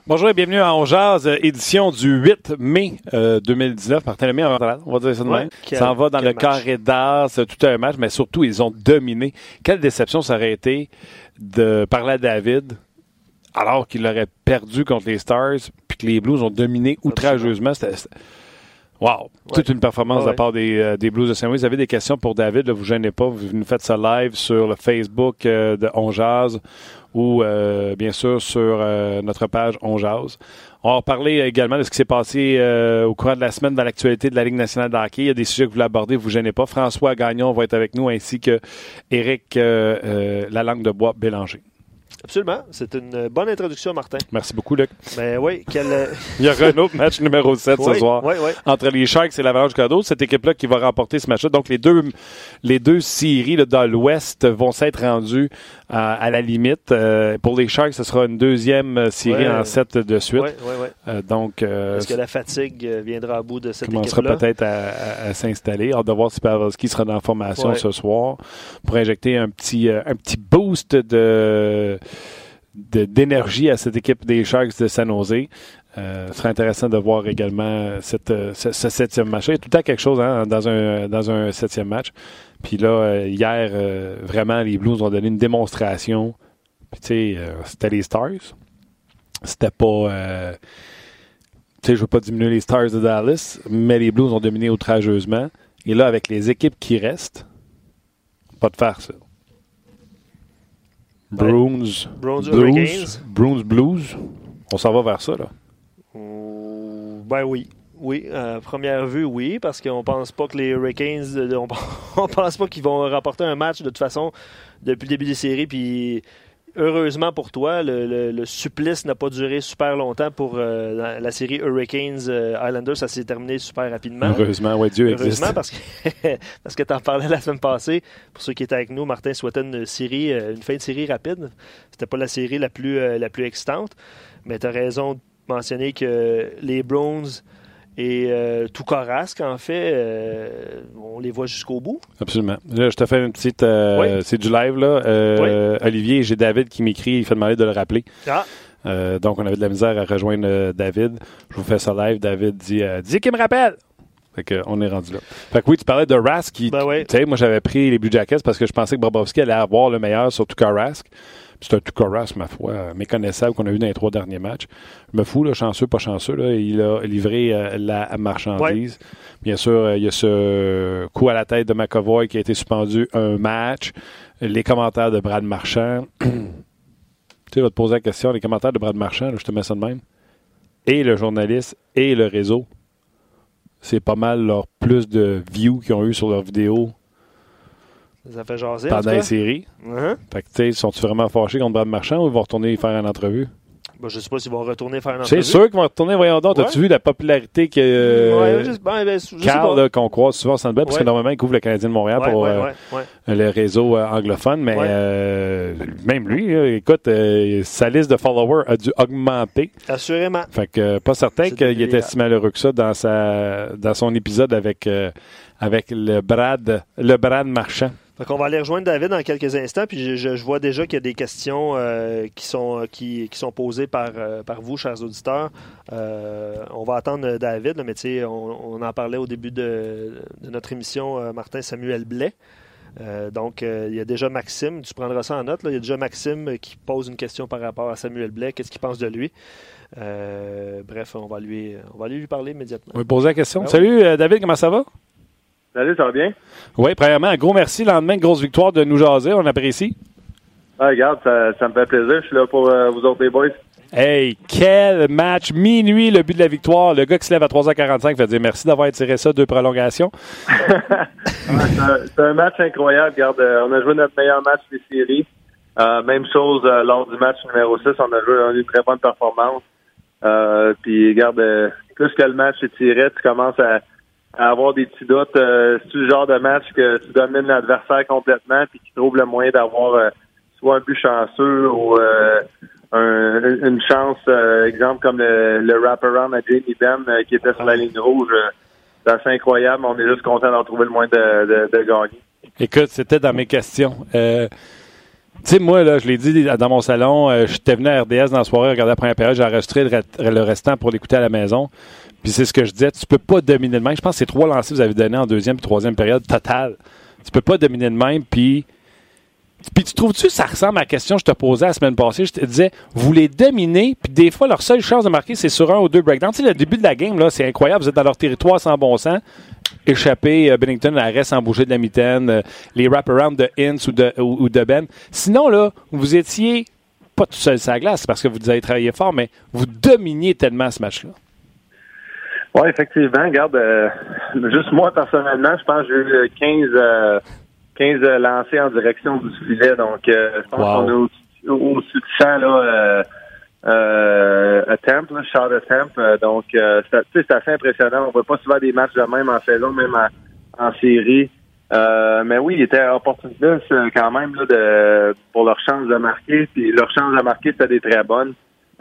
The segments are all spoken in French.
Bonjour et bienvenue à On Jase, édition du 8 mai 2019. Martin Lemay, on va dire ça de même. Ça en va dans le carré d'as, c'est tout un match, mais surtout, ils ont dominé. Quelle déception ça aurait été de parler à David alors qu'il aurait perdu contre les Stars, puis que les Blues ont dominé outrageusement. Wow! Toute une performance de la part des Blues de Saint-Louis. Vous avez des questions pour David, ne vous gênez pas. Vous nous faites ça live sur le Facebook de On Jase ou bien sûr sur notre page On Jase. On va parler également de ce qui s'est passé au courant de la semaine dans l'actualité de la Ligue nationale de hockey. Il y a des sujets que vous voulez aborder, ne vous gênez pas. François Gagnon va être avec nous ainsi que Éric Lalangue de Bois Bélanger. Absolument. C'est une bonne introduction, Martin. Merci beaucoup, Luc. Ben oui, Il y aura un autre match numéro 7 ce soir entre les Sharks et l'Avalanche Cadeau. Cette équipe-là qui va remporter ce match-là. Donc, les deux séries là, dans l'Ouest vont s'être rendues à la limite. Pour les Sharks, ce sera une deuxième série en 7 de suite. Donc, est-ce que la fatigue viendra à bout de cette équipe-là? Commencera peut-être à s'installer. Hâte de voir si Pavelski sera dans la formation ce soir pour injecter un petit boost d'énergie à cette équipe des Sharks de San Jose. Ce serait intéressant de voir également ce septième match. Il y a tout le temps quelque chose dans un septième match. Puis là, hier, vraiment, les Blues ont donné une démonstration. Puis tu sais, c'était les Stars. C'était pas... tu sais, je veux pas diminuer les Stars de Dallas, mais les Blues ont dominé outrageusement. Et là, avec les équipes qui restent, pas de faire ça. Bruins Blues, on s'en va vers ça, là. Ben oui. Oui, première vue, oui, parce qu'on pense pas que les Hurricanes, on pense pas qu'ils vont remporter un match de toute façon depuis le début des séries, puis heureusement pour toi, le supplice n'a pas duré super longtemps pour la série Hurricanes-Islanders. Ça s'est terminé super rapidement. Heureusement, oui, Dieu existe. Heureusement, parce que tu en parlais la semaine passée. Pour ceux qui étaient avec nous, Martin souhaitait une fin de série rapide. C'était pas la série la plus excitante. Mais tu as raison de mentionner que les Browns et tout Carrasque, en fait, on les voit jusqu'au bout. Absolument. Là, je te fais une petite... c'est du live, là. Olivier, j'ai David qui m'écrit, il fait demander de le rappeler. Donc, on avait de la misère à rejoindre David. Je vous fais ça live. David dit qu'il me rappelle! Fait qu'on est rendu là. Fait que oui, tu parlais de Rask qui... Tu sais, moi, j'avais pris les Blue Jackets parce que je pensais que Bobrovski allait avoir le meilleur sur Tuukka Rask. C'est un Tuukka Rask, ma foi, méconnaissable qu'on a eu dans les 3 derniers matchs. Je me fous, là, chanceux, pas chanceux. Là, il a livré la marchandise. Bien sûr, il y a ce coup à la tête de McAvoy qui a été suspendu un match. Les commentaires de Brad Marchand. Tu sais, va te poser la question, les commentaires de Brad Marchand, là, je te mets ça de même. Et le journaliste et le réseau, c'est pas mal leur plus de views qu'ils ont eu sur leurs vidéos. Ça fait jaser. Pendant les séries. Fait que, tu sais, sont-ils vraiment fâchés contre Brad Marchand ou ils vont retourner faire une entrevue? Ben, je sais pas s'ils vont retourner faire une entrevue. C'est sûr qu'ils vont retourner. Voyons donc. As-tu vu la popularité que Carl, qu'on croise souvent au Centre Bell, parce que normalement, il couvre le Canadien de Montréal pour le réseau anglophone, mais même lui, écoute, sa liste de followers a dû augmenter. Assurément. Fait que pas certain qu'il était si malheureux que ça dans son épisode avec le Brad Marchand. Donc on va aller rejoindre David dans quelques instants, puis je vois déjà qu'il y a des questions qui sont posées par vous, chers auditeurs. On va attendre David, là, mais tu sais, on en parlait au début de notre émission, Martin Samuel Blais. Donc, il y a déjà Maxime, tu prendras ça en note, là. Il y a déjà Maxime qui pose une question par rapport à Samuel Blais, qu'est-ce qu'il pense de lui. Bref, on va aller lui parler immédiatement. On va lui poser la question. Salut David, comment ça va? Salut, ça va bien? Oui, premièrement, un gros merci. Lendemain de grosse victoire de nous jaser. On apprécie. Regarde, ça me fait plaisir. Je suis là pour vous autres, les boys. Hey, quel match! Minuit, le but de la victoire. Le gars qui se lève à 3h45 fait dire merci d'avoir tiré ça, 2 prolongations. C'est un match incroyable. Regarde, on a joué notre meilleur match des séries. Même chose lors du match numéro 6. On a eu une très bonne performance. Puis, regarde, plus que le match est tiré, tu commences à avoir des petits doutes. C'est le genre de match que tu domines l'adversaire complètement puis tu trouves le moyen d'avoir soit un but chanceux ou une chance, exemple comme le wraparound à Jamie Benn qui était sur la ligne rouge. C'est assez incroyable. On est juste content d'avoir trouvé le moyen de gagner. Écoute, c'était dans mes questions. Tu sais, moi, là, je l'ai dit dans mon salon, j'étais venu à RDS dans la soirée, regarder la première période, j'ai enregistré le restant pour l'écouter à la maison. Puis c'est ce que je disais, tu peux pas dominer de même. Je pense que c'est 3 lancers que vous avez donné en deuxième et troisième période totale. Tu peux pas dominer de même, puis tu trouves-tu que ça ressemble à la question que je te posais la semaine passée? Je te disais, vous les dominez, puis des fois, leur seule chance de marquer, c'est sur 1 ou 2 breakdowns. Tu sais, le début de la game, là, c'est incroyable. Vous êtes dans leur territoire sans bon sens. Échapper Binnington à l'arrêt sans bouger de la mitaine, les wrap-around de Ince ou de Ben. Sinon, là, vous étiez pas tout seul sur la glace, parce que vous avez travaillé fort, mais vous dominiez tellement ce match-là. Oui, effectivement. Regarde, juste moi, personnellement, je pense que j'ai eu 15 lancés en direction du filet. Donc, je pense qu'on est au-dessus de 100 là, attempt, shot attempt. Donc, c'est assez impressionnant. On ne voit pas souvent des matchs de même en saison, même en série. Mais oui, il était opportuniste quand même là, pour leur chance de marquer. Puis leur chance de marquer, c'était des très bonnes.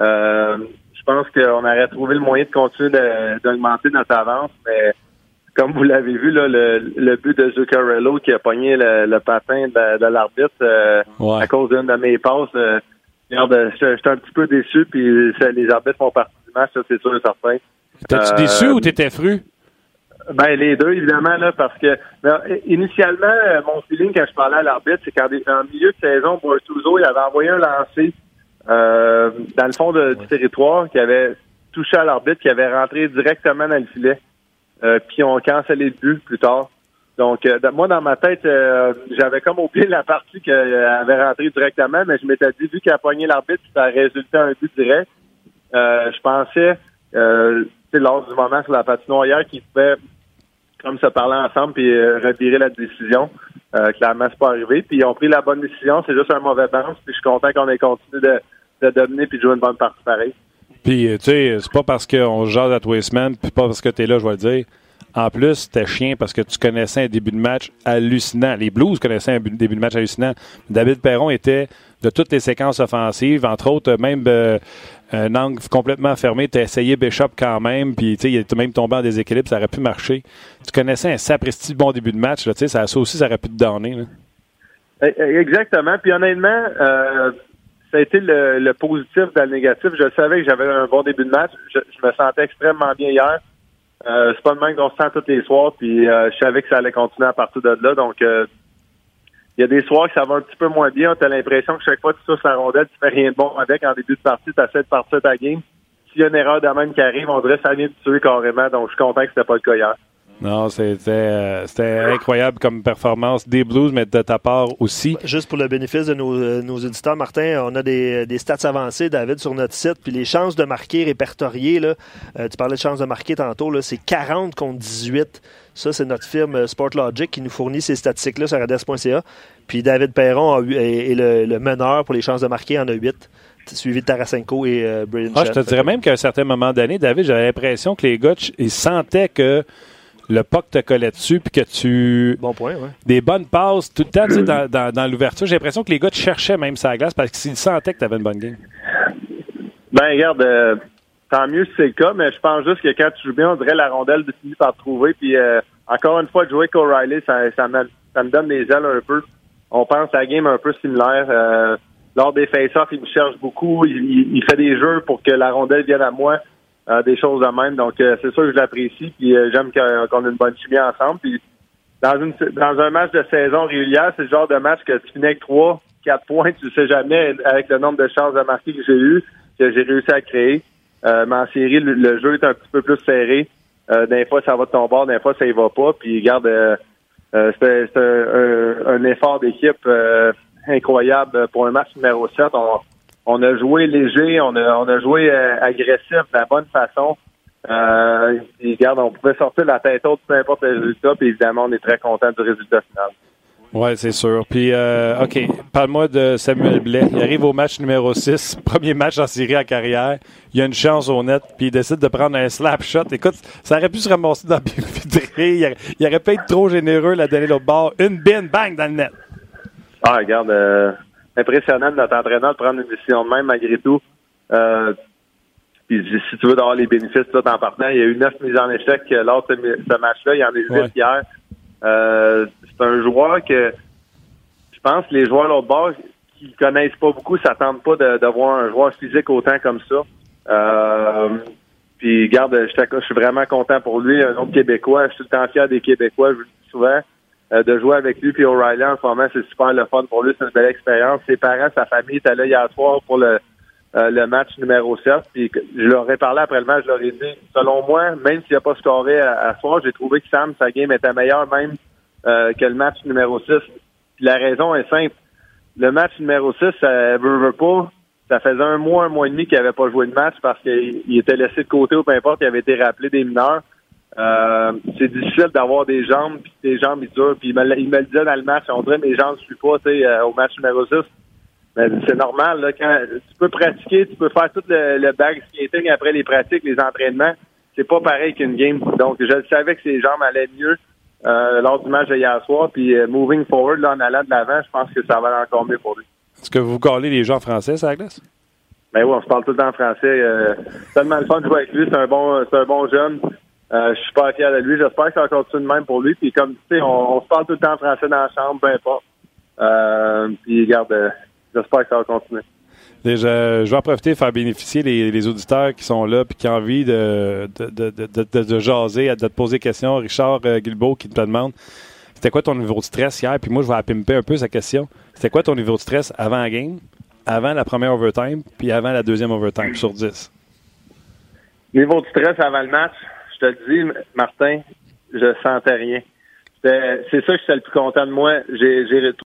Je pense qu'on aurait trouvé le moyen de continuer d'augmenter notre avance, mais comme vous l'avez vu, là, le but de Zuccarello qui a pogné le patin de l'arbitre à cause d'une de mes passes, regarde, j'étais un petit peu déçu, puis les arbitres font partie du match, ça c'est sûr et certain. T'es-tu déçu ou t'étais fru? Ben les deux, évidemment, là, parce que initialement, mon feeling quand je parlais à l'arbitre, c'est qu'en milieu de saison, Bortuzzo, il avait envoyé un lancer dans le fond du territoire qui avait touché à l'arbitre, qui avait rentré directement dans le filet. Puis on cancellé le but plus tard. Donc, moi, dans ma tête, j'avais comme oublié la partie qu'elle avait rentré directement, mais je m'étais dit, vu qu'elle a pogné l'arbitre, ça a résulté un but direct. Je pensais, lors du moment sur la patinoire hier, qu'ils pouvaient comme se parler ensemble puis retirer la décision. Clairement, c'est pas arrivé. Puis ils ont pris la bonne décision. C'est juste un mauvais bounce. Puis je suis content qu'on ait continué de dominer puis de jouer une bonne partie pareille. Puis, tu sais, c'est pas parce qu'on jase à tous les semaines, puis pas parce que t'es là, je vais le dire. En plus, c'était chiant parce que tu connaissais un début de match hallucinant. Les Blues connaissaient un début de match hallucinant. David Perron était de toutes les séquences offensives, entre autres, même un angle complètement fermé. Tu as essayé Bishop quand même, puis tu sais, il était même tombé en déséquilibre, ça aurait pu marcher. Tu connaissais un sapristi bon début de match, tu sais, ça aussi, ça aurait pu te donner. Là. Exactement. Puis honnêtement, ça a été le positif dans le négatif. Je savais que j'avais un bon début de match. Je me sentais extrêmement bien hier. C'est pas le même qu'on se sent tous les soirs, puis je savais que ça allait continuer à partir de là. Donc, il y a des soirs que ça va un petit peu moins bien. Tu as l'impression que chaque fois que tu touches la rondelle, tu fais rien de bon avec. En début de partie, tu essaies de partir ta game. S'il y a une erreur de même qui arrive, on dirait que ça vient de tuer carrément. Donc, je suis content que c'était pas le cas hier. Non, c'était incroyable comme performance des Blues, mais de ta part aussi. Juste pour le bénéfice de nos auditeurs, Martin, on a des stats avancées, David, sur notre site, puis les chances de marquer répertoriées, là, tu parlais de chances de marquer tantôt, là, c'est 40 contre 18. Ça, c'est notre firme Sportlogic qui nous fournit ces statistiques-là sur rds.ca. Puis David Perron est le meneur pour les chances de marquer, en a 8. Suivi de Tarasenko et Braden Shen. Je te dirais même qu'à un certain moment donné, David, j'avais l'impression que les gars, ils sentaient que le puck te collait dessus, puis que tu... Bon point, oui. Des bonnes passes, tout le temps, tu sais, dans l'ouverture. J'ai l'impression que les gars te cherchaient même sur la glace parce qu'ils sentaient que tu avais une bonne game. Ben, regarde, tant mieux si c'est le cas, mais je pense juste que quand tu joues bien, on dirait la rondelle de finir par te trouver. Puis, encore une fois, de jouer avec O'Reilly, ça me donne des ailes un peu. On pense à la game un peu similaire. Lors des face-offs, il me cherche beaucoup. Il fait des jeux pour que la rondelle vienne à moi. Des choses de même. Donc, c'est sûr que je l'apprécie. Puis, j'aime qu'on ait une bonne chimie ensemble. Puis, dans un match de saison régulière, c'est le genre de match que tu finis avec 3-4 points. Tu ne sais jamais avec le nombre de chances de marquer que j'ai eu, que j'ai réussi à créer. Mais en série, le jeu est un petit peu plus serré. Des fois, ça va de ton bord. Des fois, ça y va pas. Puis, regarde, c'était un effort d'équipe incroyable pour un match numéro 7. On a joué léger, on a joué agressif de la bonne façon. Et regarde, on pouvait sortir la tête haute peu importe le résultat, puis évidemment, on est très content du résultat final. Oui, c'est sûr. Puis, OK, parle-moi de Samuel Blais. Il arrive au match numéro 6, premier match en série à carrière. Il a une chance au net, puis il décide de prendre un slap shot. Écoute, ça aurait pu se ramasser dans le bifitré. Il aurait pu être trop généreux, la donner l'autre bord. Une bine, bang, dans le net. Ah, regarde, impressionnant de notre entraîneur de prendre une décision de même malgré tout. Puis si tu veux avoir les bénéfices tout en partant, il y a eu 9 mises en échec lors de ce match-là. Il y en a eu 8 hier. C'est un joueur que je pense que les joueurs de l'autre bord qui connaissent pas beaucoup s'attendent pas de voir un joueur physique autant comme ça. Puis, garde, je suis vraiment content pour lui. Un autre Québécois, je suis tout le temps fier des Québécois, je vous le dis souvent, de jouer avec lui. Puis O'Reilly, en ce moment, c'est super le fun pour lui. C'est une belle expérience. Ses parents, sa famille étaient là hier soir pour le match numéro 7. Puis, je leur ai parlé après le match, je leur ai dit, selon moi, même s'il n'a pas scoré à soir, j'ai trouvé que Sam, sa game était meilleure même que le match numéro 6. Puis la raison est simple. Le match numéro 6, ça veut pas. Ça faisait un mois et demi qu'il n'avait pas joué de match parce qu'il était laissé de côté ou peu importe, il avait été rappelé des mineurs. C'est difficile d'avoir des jambes, puis tes jambes, ils durent. Puis il me le disait dans le match, on dirait mes jambes ne suivent pas au match numéro 6. Mais c'est normal, là, quand tu peux pratiquer, tu peux faire tout le bag skating après les pratiques, les entraînements. C'est pas pareil qu'une game. Donc, je savais que ses jambes allaient mieux lors du match de hier soir. Puis, moving forward, là, en allant de l'avant, je pense que ça va aller encore mieux pour lui. Est-ce que vous parlez les gens en français, ça, glace? Ben oui, on se parle tout le temps en français. Tellement le fun de jouer avec lui. C'est un bon jeune. Je suis super fier de lui. J'espère que ça va continuer de même pour lui. Puis comme tu sais, on se parle tout le temps en français dans la chambre, peu importe. Puis regarde, j'espère que ça va continuer. Je vais en profiter pour faire bénéficier les auditeurs qui sont là et qui ont envie de jaser, de te poser des questions. Richard Guilbeault qui te demande c'était quoi ton niveau de stress hier? Puis moi, je vais pimper un peu sa question. C'était quoi ton niveau de stress avant la game, avant la première overtime, puis avant la deuxième overtime sur 10? Niveau de stress avant le match, je te le dis, Martin, je sentais rien. C'est ça que j'étais le plus content de moi. J'ai